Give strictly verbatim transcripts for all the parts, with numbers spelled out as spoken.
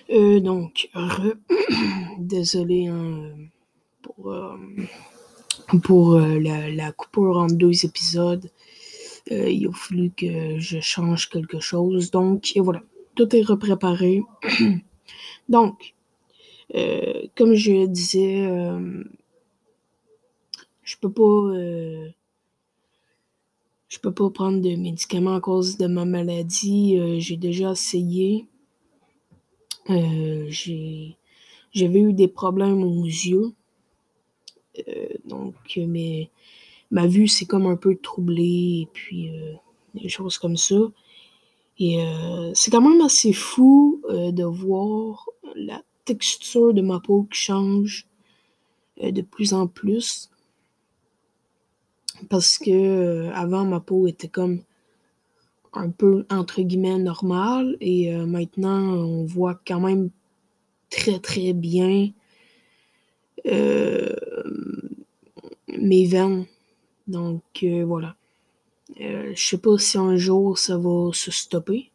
Euh, donc, re... désolé hein, pour, euh, pour euh, la, la coupure entre deux épisodes. Euh, il a fallu que je change quelque chose. Donc, et voilà, tout est repréparé. Donc, euh, comme je disais, euh, je peux pas, euh, je peux pas prendre de médicaments à cause de ma maladie. Euh, j'ai déjà essayé. Euh, j'ai, j'avais eu des problèmes aux yeux. Euh, donc, mais ma vue s'est comme un peu troublée et puis euh, des choses comme ça. Et euh, c'est quand même assez fou euh, de voir la texture de ma peau qui change euh, de plus en plus. Parce que euh, avant, ma peau était comme un peu entre guillemets normale et euh, maintenant, on voit quand même très très bien euh, mes veines. Donc euh, voilà. Euh, je sais pas si un jour ça va se stopper.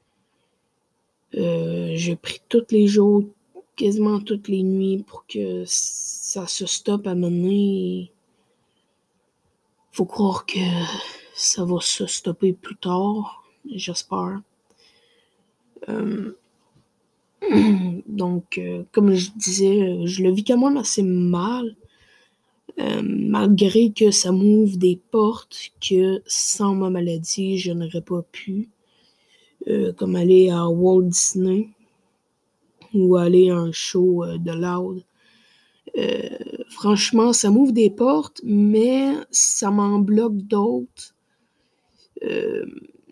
Euh, j'ai pris tous les jours, quasiment toutes les nuits pour que ça se stoppe à mener. Faut croire que ça va se stopper plus tard, j'espère. Euh, donc, euh, comme je disais, je le vis quand même assez mal, euh, malgré que ça m'ouvre des portes que sans ma maladie, je n'aurais pas pu, euh, comme aller à Walt Disney ou aller à un show euh, de Loud. Euh, franchement, ça m'ouvre des portes, mais ça m'en bloque d'autres. Euh,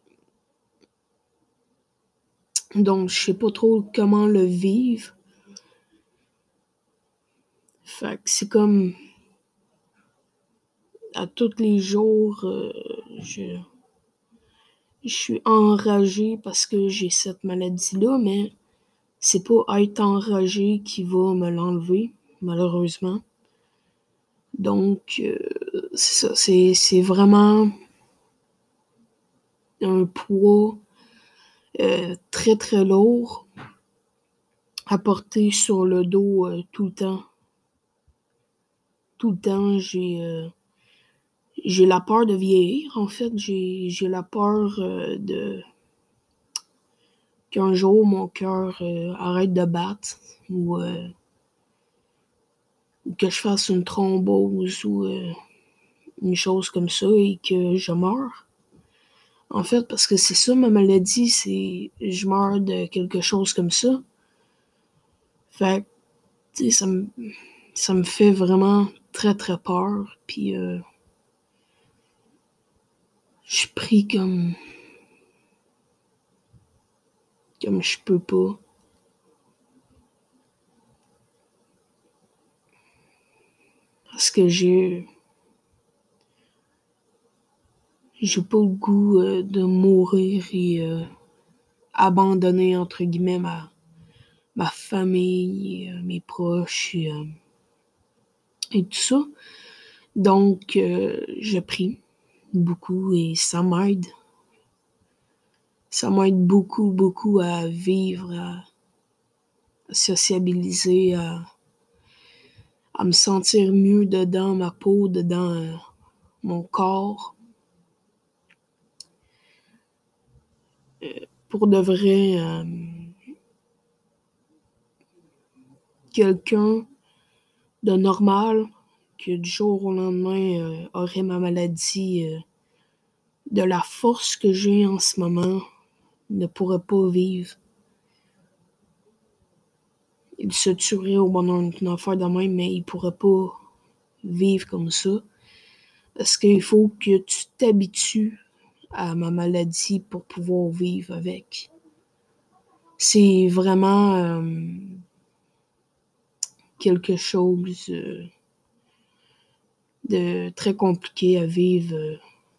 donc, je sais pas trop comment le vivre. Fait que c'est comme à tous les jours, euh, je, je suis enragée parce que j'ai cette maladie-là, mais c'est pas être enragé qui va me l'enlever, malheureusement. Donc, euh, c'est ça, c'est, c'est vraiment un poids euh, très très lourd à porter sur le dos euh, tout le temps. Tout le temps, j'ai euh, j'ai la peur de vieillir. En fait, j'ai j'ai la peur euh, de qu'un jour mon cœur euh, arrête de battre ou, euh, ou que je fasse une thrombose ou euh, une chose comme ça et que je meure. En fait, parce que c'est ça ma maladie, c'est je meurs de quelque chose comme ça. Fait que, tu sais, ça me ça me fait vraiment très très peur. Puis euh, je prie comme comme je peux pas. Parce que j'ai j'ai pas le goût euh, de mourir et euh, abandonner entre guillemets ma, ma famille, euh, mes proches et, euh, et tout ça. Donc euh, je prie beaucoup et ça m'aide. Ça m'aide beaucoup, beaucoup à vivre, à, à sociabiliser, à, à me sentir mieux dedans ma peau, dedans euh, mon corps. Pour de vrai, euh, quelqu'un de normal que du jour au lendemain euh, aurait ma maladie, euh, de la force que j'ai en ce moment, ne pourrait pas vivre. Il se tuerait au bonheur d'une affaire de même, mais il pourrait pas vivre comme ça. Parce qu'il faut que tu t'habitues à ma maladie pour pouvoir vivre avec. C'est vraiment euh, quelque chose euh, de très compliqué à vivre euh,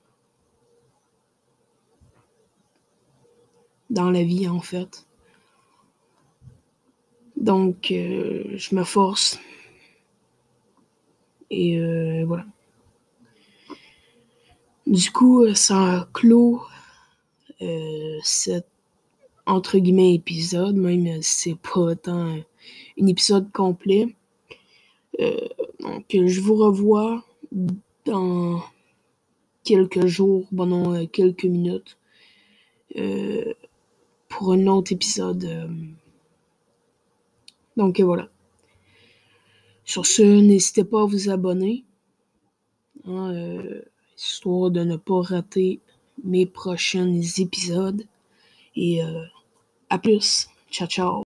dans la vie, en fait. Donc, euh, je me force. Et euh, voilà. Du coup, ça clôt euh, cette entre guillemets épisode, même si c'est pas tant un épisode complet. Euh, donc, je vous revois dans quelques jours, bon non, euh, quelques minutes, euh, pour un autre épisode. Euh. Donc euh, voilà. Sur ce, n'hésitez pas à vous abonner, hein, euh, histoire de ne pas rater mes prochains épisodes. Et euh, à plus. Ciao, ciao.